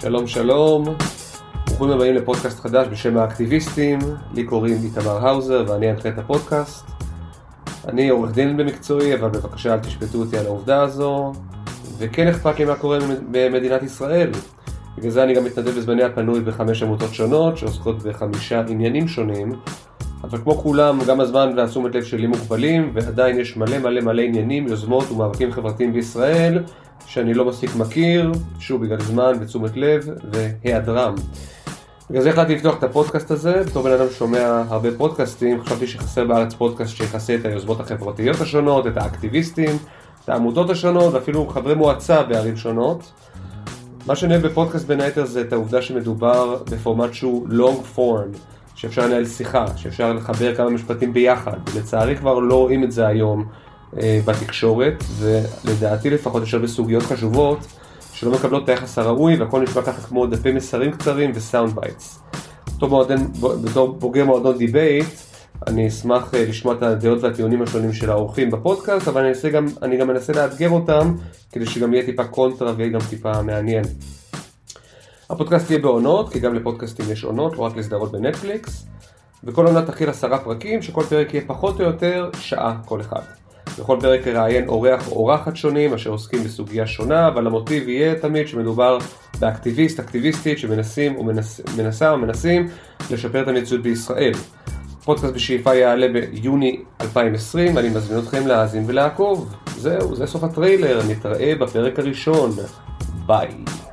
שלום שלום, ברוכים הבאים לפודקאסט חדש בשם האקטיביסטים. לי קוראים איתמר האוזר ואני אנחה את הפודקאסט. אני עורך דין במקצועי, אבל בבקשה אל תשפטו אותי על העובדה הזו, וכן אכפת לי מה קורה במדינת ישראל. בגלל זה אני גם מתנדב בזמני הפנוי ב5 עמותות שונות שעוסקות ב5 עניינים שונים, אבל כמו כולם גם הזמן והתשומת לב שלי מוגבלים, ועדיין יש מלא עניינים, יוזמות ומאבקים חברתיים בישראל שאני לא מספיק מכיר, שוב בגלל זמן ותשומת לב והיעדרם. בגלל זה החלטתי לפתוח את הפודקאסט הזה. בתור בן אדם שומע הרבה פודקאסטים, חשבתי שחסר בארץ פודקאסט שיחסה את היוזמות החברתיות השונות, את האקטיביסטים, את העמותות השונות, ואפילו חברי מועצה בערים שונות. מה שנהב בפודקאסט בין היתר זה את העובדה שמדובר בפורמט שהוא long form, שאפשר לנהל שיחה, שאפשר לחבר כמה משפטים ביחד. לצערי כבר לא רואים את זה היום בתקשורת, ולדעתי לפחות יש הרבה סוגיות חשובות שלא מקבלות את היחס הראוי, והכל נשמע ככה כמו דפי מסרים קצרים וסאונד בייטס. בתור בוגר מועדון דיבייט, אני אשמח לשמוע את הדעות והטיעונים השונים של האורחים בפודקאסט, אבל אני גם מנסה לאתגר אותם, כדי שגם יהיה טיפה קונטרה ויהיה גם טיפה מעניין. הפודקאסט יהיה בעונות, כי גם לפודקאסטים יש עונות, לא רק לסדרות בנטפליקס, וכל עונה תכיל 10 פרקים, שכל פרק יהיה פחות או יותר שעה כל אחד. בכל פרק יראיין אורח או אורחת שונים אשר עוסקים בסוגיה שונה, אבל המוטיב יהיה תמיד שמדובר באקטיביסט, אקטיביסטית שמנסים לשפר את המציאות בישראל. פודקאסט בשאיפה יעלה ביוני 2020, אני מזמין אתכם להאזין ולעקוב. זהו, זה סוף הטריילר, נתראה בפרק הראשון. ביי.